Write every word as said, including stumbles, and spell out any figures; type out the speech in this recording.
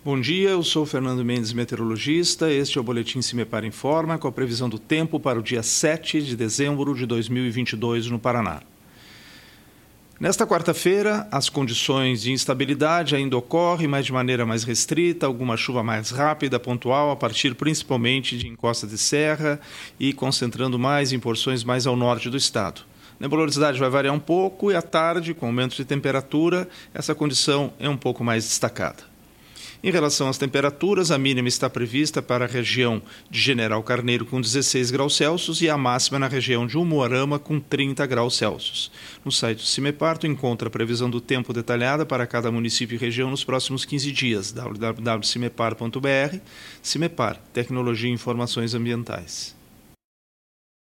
Bom dia, eu sou Fernando Mendes, meteorologista. Este é o Boletim Cimepar Informa, com a previsão do tempo para o dia sete de dezembro de dois mil e vinte e dois no Paraná. Nesta quarta-feira, as condições de instabilidade ainda ocorrem, mas de maneira mais restrita, alguma chuva mais rápida, pontual, a partir principalmente de encosta de serra e concentrando mais em porções mais ao norte do estado. A nebulosidade vai variar um pouco e à tarde, com aumento de temperatura, essa condição é um pouco mais destacada. Em relação às temperaturas, a mínima está prevista para a região de General Carneiro com dezesseis graus Celsius e a máxima na região de Umuarama com trinta graus Celsius. No site do Cimepar, tu encontra a previsão do tempo detalhada para cada município e região nos próximos quinze dias. w w w ponto cimepar ponto b r. Cimepar, Tecnologia e Informações Ambientais.